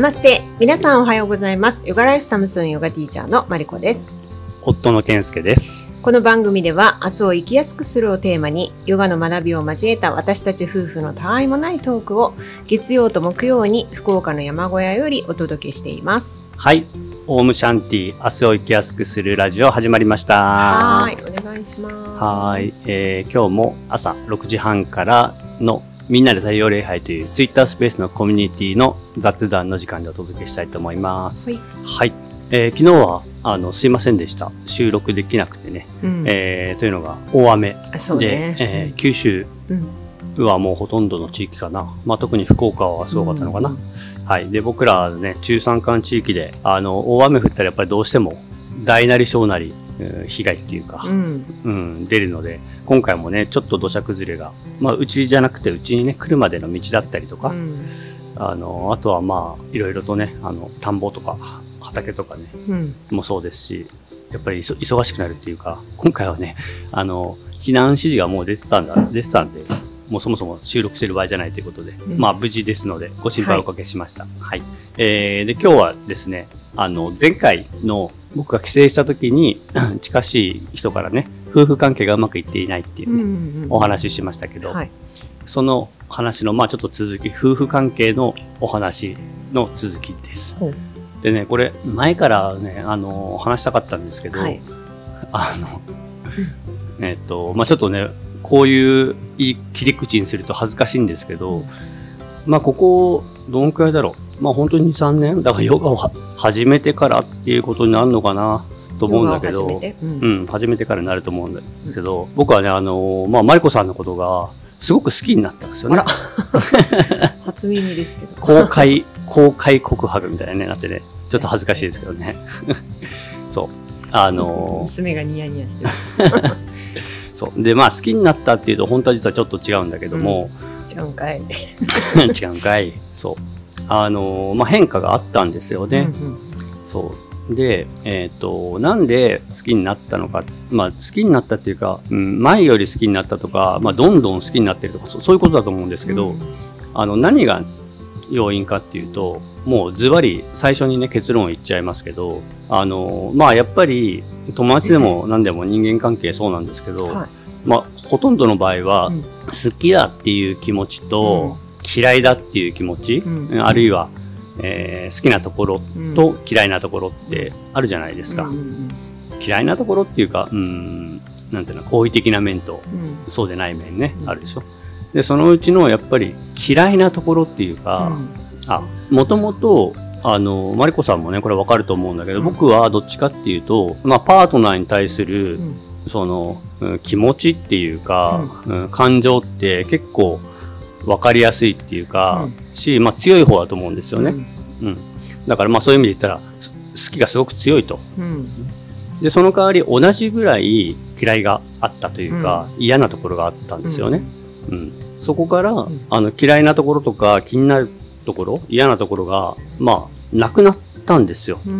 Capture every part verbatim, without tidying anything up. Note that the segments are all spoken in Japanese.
ナマステ。皆さんおはようございます。ヨガライフサムスンヨガティーチャーのマリコです。 夫の健介です。 この番組では明日を生きやすくするをテーマにヨガの学びを交えた私たち夫婦のたわいもないトークを月曜と木曜に福岡の山小屋よりお届けしています。 はい、オームシャンティ、明日を生きやすくするラジオ始まりました。 はい、お願いします。 はい、えー、今日も朝ろくじはんからのみんなで太陽礼拝というツイッタースペースのコミュニティの雑談の時間でお届けしたいと思います。はい、はい、えー、昨日はあのすいませんでした。収録できなくてね、うん、えー、というのが大雨で、ねえー、九州はもうほとんどの地域かな、まあ、特に福岡はすごかったのかな、うん、はい、で僕らね中山間地域であの大雨降ったらやっぱりどうしても大なり小なり被害っていうか、うんうん、出るので今回もねちょっと土砂崩れが、まあ、うちじゃなくてうちにね来るまでの道だったりとか、うん、あのあとはまあいろいろとねあの田んぼとか畑とかね、うん、もそうですしやっぱり忙しくなるっていうか今回はねあの避難指示がもう出てたんだ出てたんでもうそもそも収録してる場合じゃないということで、うん、まあ無事ですのでご心配おかけしました。はい。はい、えー、で今日はですねあの前回の僕が帰省した時に近しい人からね夫婦関係がうまくいっていないっていうね、うんうんうん、お話ししましたけど、はい、その話のまあちょっと続き夫婦関係のお話の続きです。でねこれ前からねあの話したかったんですけど、はい、あのえっとまあちょっとねこういう切り口にすると恥ずかしいんですけど、まあここどのくらいだろう、まあ本当にに、さんねんだからヨガを始めてからっていうことになるのかなと思うんだけど、始めて、うん、うん、始めてからになると思うんだけど、僕はねあのまあマリコさんのことがすごく好きになったんですよね。あら初耳ですけど。 公開公開告白みたいになってね、ちょっと恥ずかしいですけどね。そうあの娘がニヤニヤしてる。 そうでまあ好きになったっていうと本当は実はちょっと違うんだけども、 うん、違うんかい違うんかいそうあの、まあ、変化があったんですよね、うんうん、そうでえっ、ー、となんで好きになったのか、まあ、好きになったっていうか、うん、前より好きになったとか、まあ、どんどん好きになってるとか そ, そういうことだと思うんですけど、うん、あの何が要因かっていうともうズバリ最初にね結論を言っちゃいますけどあのまあやっぱり友達でも何でも人間関係そうなんですけど、はい、まあほとんどの場合は、うん、好きだっていう気持ちと、うん、嫌いだっていう気持ち、うん、あるいは、えー、好きなところと嫌いなところってあるじゃないですか、うん、嫌いなところっていうかうんなんていうの好意的な面と、うん、そうでない面ね、うん、あるでしょ。でそのうちのやっぱり嫌いなところっていうか、うん、あもともとあのマリコさんもねこれ分かると思うんだけど、うん、僕はどっちかっていうと、まあ、パートナーに対する、うん、その、うん、気持ちっていうか、うんうん、感情って結構分かりやすいっていうか、うん、し、まあ、強い方だと思うんですよね、うんうん、だからまあそういう意味で言ったら好きがすごく強いと、うん、でその代わり同じぐらい嫌いがあったというか、うん、嫌なところがあったんですよね、うんうん、そこから、うん、あの嫌いなところとか気になるところ嫌なところがまあなくなったんですよ、うん、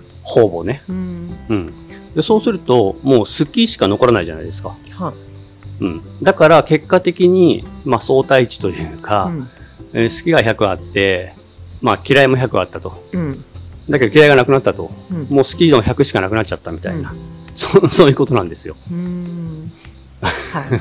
ほぼね、うんうん、でそうするともう好きしか残らないじゃないですか、はうん、だから結果的に、まあ、相対値というか、うんえー、好きがひゃくあって、まあ、嫌いもひゃくあったと、うん、だけど嫌いがなくなったと、うん、もう好きのひゃくしかなくなっちゃったみたいな、うん、そ, そういうことなんですよ。うんはい、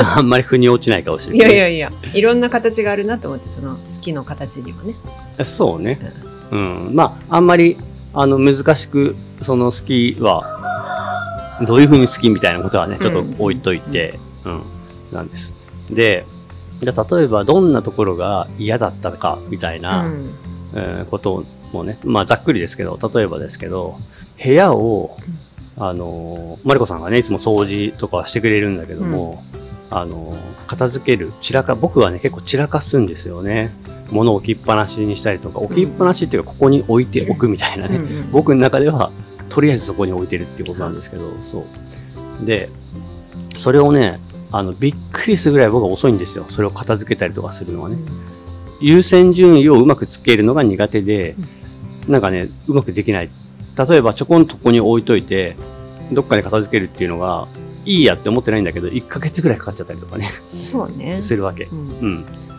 あんまり腑に落ちないかもしれない。 いやいやいやいろんな形があるなと思ってその好きの形にはね。 そうね、うんうん、まああんまりあの難しくその好きはどういうふうに好きみたいなことはねちょっと置いといて、うんうんうん、なんです。でじゃあ例えばどんなところが嫌だったかみたいな、うんえー、こともねまあざっくりですけど例えばですけど部屋をあのマリコさんがねいつも掃除とかしてくれるんだけども、うん、あの片付ける散らか僕はね結構散らかすんですよね。物を置きっぱなしにしたりとか置きっぱなしっていうかここに置いておくみたいなね、うんうん、僕の中ではとりあえずそこに置いてるっていうことなんですけど、そうでそれをねあのびっくりするぐらい僕は遅いんですよ。それを片付けたりとかするのはね、うん、優先順位をうまくつけるのが苦手で、うん、なんかねうまくできない。例えばちょこんとここに置いといてどっかで片付けるっていうのがいいやって思ってないんだけどいっかげつぐらいかかっちゃったりとかねそうねするわけ、うんうん、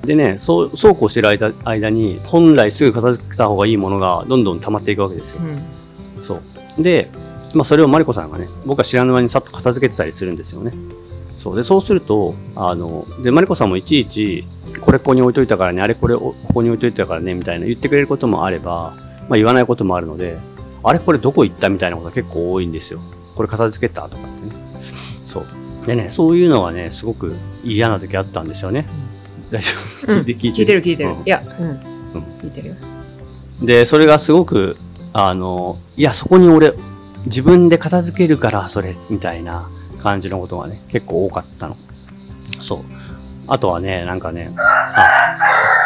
でね、そうそうこうしてる間間に本来すぐ片付けた方がいいものがどんどん溜まっていくわけですよ。うん、そうで、まあ、それをマリコさんがね、僕は知らぬ間にさっと片付けてたりするんですよね。そうで、そうするとあのでマリコさんもいちいちこれここに置いといたからね、あれこれここに置いといたからねみたいな言ってくれることもあれば、まあ、言わないこともあるので、あれこれどこ行ったみたいなことが結構多いんですよ。これ片付けたとかってね。そうでね、そういうのがねすごく嫌な時あったんですよね。大丈夫？聞いて聞いてる？ 聞いてる聞いてる。 うん、 いや、うん、うん、聞いてるよ。 でそれがすごくあのいやそこに俺自分で片付けるからそれみたいな感じのことがね結構多かったの。そう。あとはね、なんかね、あ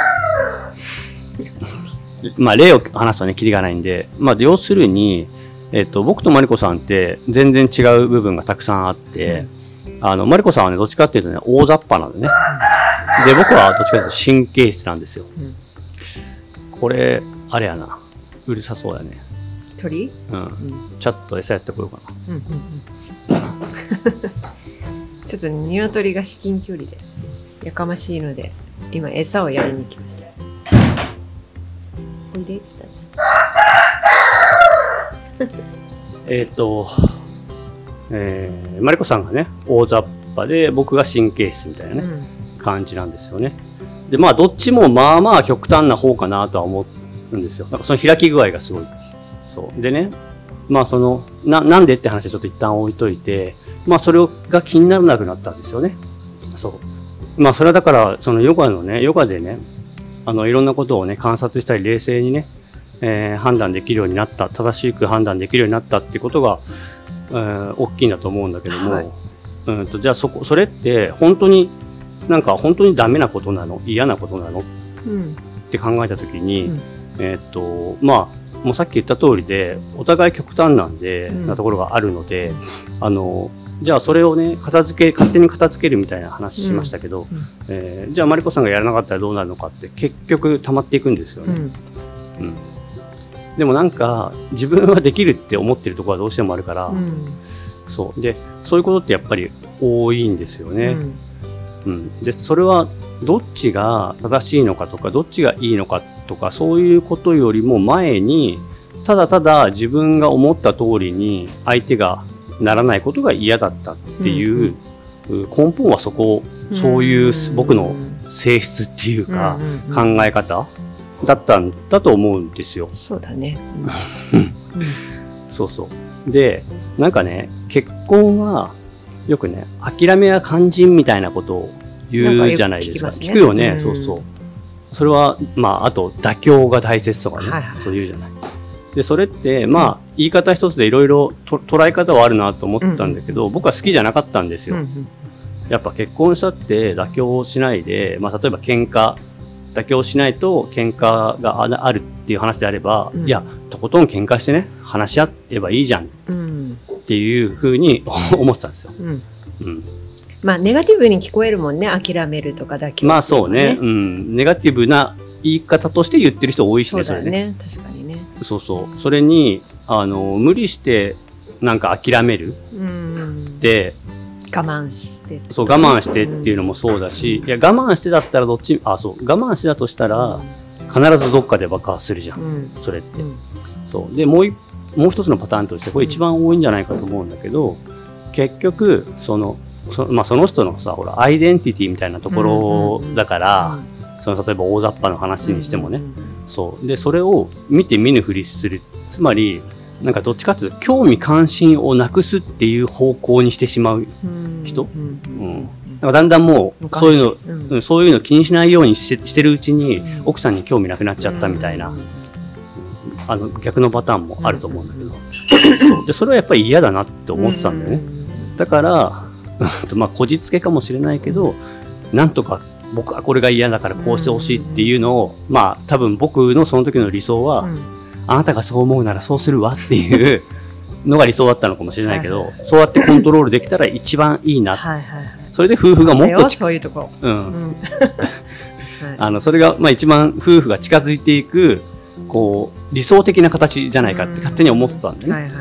まあ例を話すとねキリがないんで、まあ要するにえっと僕とマリコさんって全然違う部分がたくさんあって、うん、あのマリコさんはねどっちかっていうとね大雑把なのね。で僕はどっちかというと神経質なんですよ。うん、これあれやな、うるさそうやね。 鳥？ うん。うん、ちょっと餌やってこようかな。うんうんうん、 ちょっと鶏が至近距離でやかましいので今餌をやりに行きました。おいで来たね。 えっと、えー、マリコさんがね大雑把で僕が神経質みたいなね、うん、感じなんですよね。でまあどっちもまあまあ極端な方かなとは思うんですよ。なんかその開き具合がすごい。そうでね、まあそのななんでって話はちょっと一旦置いといて、まあそれが気にならなくなったんですよね。そうまあそれはだからそのヨガのねヨガでねあのいろんなことをね観察したり冷静にね、えー、判断できるようになった、正しく判断できるようになったっていうことが、えー、大きいんだと思うんだけども、はい、うんとじゃあそこそれって本当になんか本当にダメなことなの、嫌なことなの、うん、って考えた時に、うん、えー、っとまあもうさっき言った通りでお互い極端なんで、うん、なところがあるので、あのじゃあそれをね片付け勝手に片付けるみたいな話しましたけど、うんえー、じゃあマリコさんがやらなかったらどうなるのかって結局溜まっていくんですよね。うんうん、でもなんか自分はできるって思ってるところはどうしてもあるから、うん、そうでそういうことってやっぱり多いんですよね。うんうん、でそれはどっちが正しいのかとかどっちがいいのかとかそういうことよりも前にただただ自分が思った通りに相手がならないことが嫌だったっていう、うん、根本はそこ、そういう僕の性質っていうか、うん、考え方だったんだと思うんですよ。 そうだね。 うん、そうそう。で、なんかね、結婚はよくね、諦めは肝心みたいなことを言うじゃないですか。聞, ね、聞くよね、うん、そうそう。それは、まあ、あと妥協が大切とかね、はいはい、そう言うじゃない。でそれってまあ言い方一つでいろいろ捉え方はあるなと思ったんだけど、うん、僕は好きじゃなかったんですよ、うん、やっぱ結婚したって妥協しないで、まあ、例えば喧嘩妥協しないと喧嘩があるっていう話であれば、うん、いやとことん喧嘩してね話し合えばいいじゃんっていうふうに思ってたんですよ、うんうん、 まあネガティブに聞こえるもんね、諦めるとか妥協、ね、 まあそうね、うん、ネガティブな言い方として言ってる人多いしね、 そうだよね、 それね、 確かにね。 そうそう、それにあの無理してなんか諦めるで我慢してそう我慢してっていうのもそうだし、うん、いや我慢してだったらどっちあそう我慢してだとしたら、うん、必ずどっかで爆発するじゃん、うん、それって、うん、そうでもうもう一つのパターンとしてこれ一番多いんじゃないかと思うんだけど、結局そのそ、まあ、その人のさほらアイデンティティみたいなところだから、うんうんうんその例えば大雑把な話にしてもね、うんうんうん、そうでそれを見て見ぬふりする、つまりなんかどっちかというと興味関心をなくすっていう方向にしてしまう人、うんうんうん、なんかだんだんもうそういうの、うん、そういうの気にしないようにして、してるうちに奥さんに興味なくなっちゃったみたいな、うんうん、あの逆のパターンもあると思うんだけど、うんうん、そうでそれはやっぱり嫌だなって思ってたんだよね、うんうん、だからまあこじつけかもしれないけどなんとか僕はこれが嫌だからこうしてほしいっていうのを、まあ多分僕のその時の理想は、うん、あなたがそう思うならそうするわっていうのが理想だったのかもしれないけど、はいはいはい、そうやってコントロールできたら一番いいなはいはい、はい、それで夫婦がもっとそういうとこ、 うんうん、あのそれがまあ一番夫婦が近づいていくこう理想的な形じゃないかって勝手に思ってたんだよね、うんはいはいはい、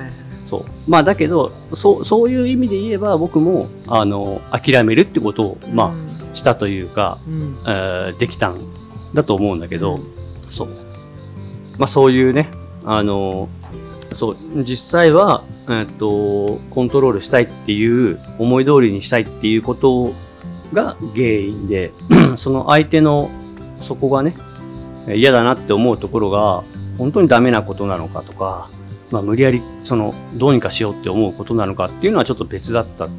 そうまあだけどそうそういう意味で言えば僕もあの諦めるってことを、まあ、うん、したというか、うんえー、できたんだと思うんだけど、うん、そうまあそういうねあのそう実際は、えー、っとコントロールしたいっていう思い通りにしたいっていうことが原因でその相手のそこがね嫌だなって思うところが本当にダメなことなのかとか、まあ、無理やりそのどうにかしようって思うことなのかっていうのはちょっと別だった、うん、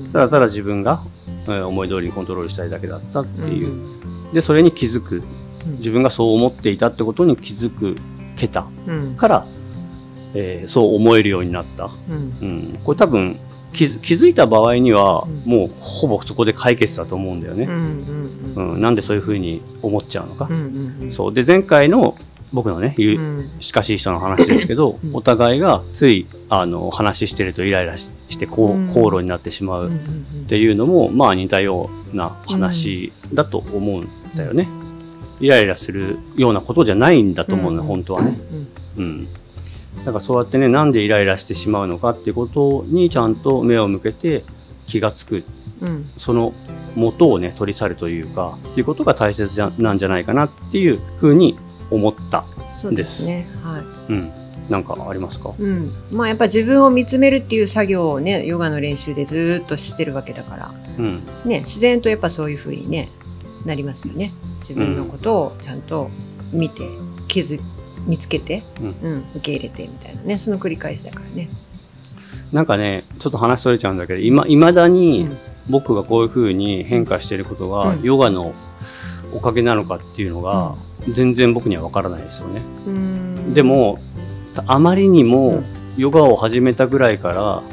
ただただ自分が、えー、思い通りにコントロールしたいだけだったっていう、うん、でそれに気づく自分がそう思っていたってことに気づくけたから、うんえー、そう思えるようになった、うんうん、これ多分気づ、気づいた場合には、うん、もうほぼそこで解決だと思うんだよね、うんうんうんうん、なんでそういうふうに思っちゃうのか、うんうんうん、そうで前回の僕のね、うん、近しい人の話ですけど、うん、お互いがついあの話してるとイライラしてこう口論になってしまうっていうのも、まあ似たような話だと思うんだよね、イライラするようなことじゃないんだと思うの、うん、本当はね、うん、だからそうやってねなんでイライラしてしまうのかっていうことにちゃんと目を向けて気がつく、うん、その元をね取り去るというかっていうことが大切じゃなんじゃないかなっていうふうに思ったんです。 そうですね、はい、 うん、なんかありますか？ うん、まあやっぱ自分を見つめるっていう作業をねヨガの練習でずっとしてるわけだから、うんね、自然とやっぱそういうふうにねなりますよね。自分のことをちゃんと見て気づ見つけて、うんうん、受け入れてみたいなねその繰り返しだからね。 なんかねちょっと話それちゃうんだけどいま未だに僕がこういうふうに変化していることが、うん、ヨガのおかげなのかっていうのが、うん、全然僕には分からないですよね。うーんでもあまりにもヨガを始めたぐらいから、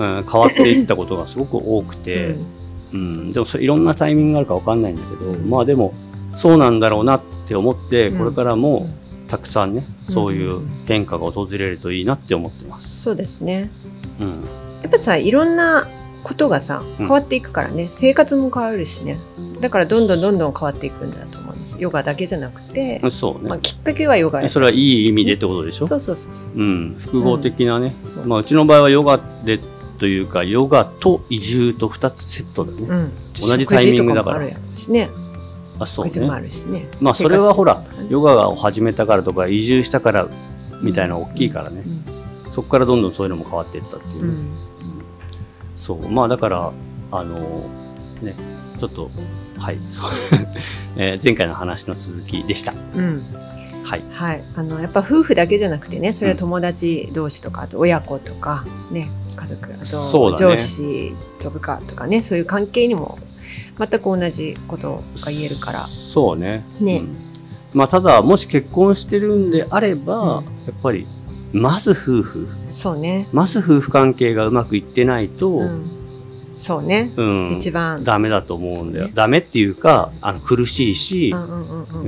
うん、変わっていったことがすごく多くて、うんうん、でもそれいろんなタイミングがあるか分かんないんだけど、うん、まあでもそうなんだろうなって思ってこれからもたくさんね、うん、そういう変化が訪れるといいなって思ってます。 うん、そうですね、うん、やっぱさいろんなことがさ変わっていくからね、うん、生活も変わるしねだからどんどんどんどん変わっていくんだと思うんです。ヨガだけじゃなくて、そうねまあ、きっかけはヨガやそれはいい意味でってことでしょ。 そうそうそうそう、 うん、複合的なね、うんまあ、うちの場合はヨガでというかヨガと移住とふたつセットだね、うん、同じタイミングだから。食事とかもあるやろうしね。あそうね、食事もあるしね。まあそれはほら、ね、ヨガを始めたからとか移住したからみたいな大きいからね、うん、そこからどんどんそういうのも変わっていったっていう、ねうん、そうまあだからあのねちょっとはいそう、えー、前回の話の続きでした。うんはいはい、あのやっぱ夫婦だけじゃなくてねそれは友達同士とか、うん、あと親子とかね家族あと、ね、上司と部下とかねそういう関係にも全く同じことが言えるからそうねね、うんまあ、ただもし結婚してるんであれば、うん、やっぱりまず夫婦そうねまず夫婦関係がうまくいってないと、うんそうね、うん、一番ダメだと思うんだよ、ね、ダメっていうかあの苦しいし、うんうんうんうん、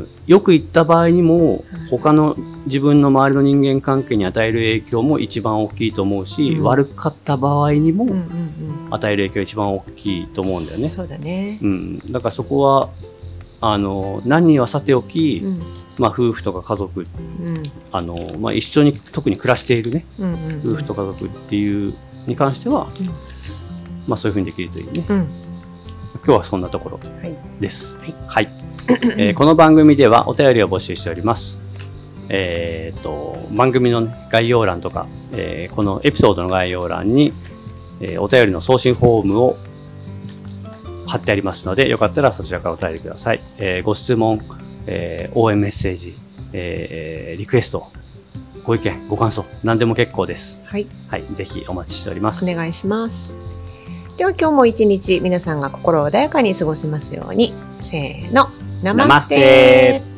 よく言った場合にも他の自分の周りの人間関係に与える影響も一番大きいと思うし、うん、悪かった場合にも与える影響が一番大きいと思うんだよね。そうだね、うん、だからそこはあの何はさておき、うんまあ、夫婦とか家族、うんあのまあ、一緒に特に暮らしているね、うんうんうん、夫婦と家族っていうに関しては、うんまあ、そういうふうにできるといいね、うん、今日はそんなところです、はいはいはいえー、この番組ではお便りを募集しております、えー、と番組の、ね、概要欄とか、えー、このエピソードの概要欄に、えー、お便りの送信フォームを貼ってありますのでよかったらそちらからお便りください、えー、ご質問、えー、応援メッセージ、えー、リクエストご意見ご感想何でも結構です、はいはい、ぜひお待ちしております。お願いします。では今日も一日皆さんが心穏やかに過ごせますようにせーのナマステー。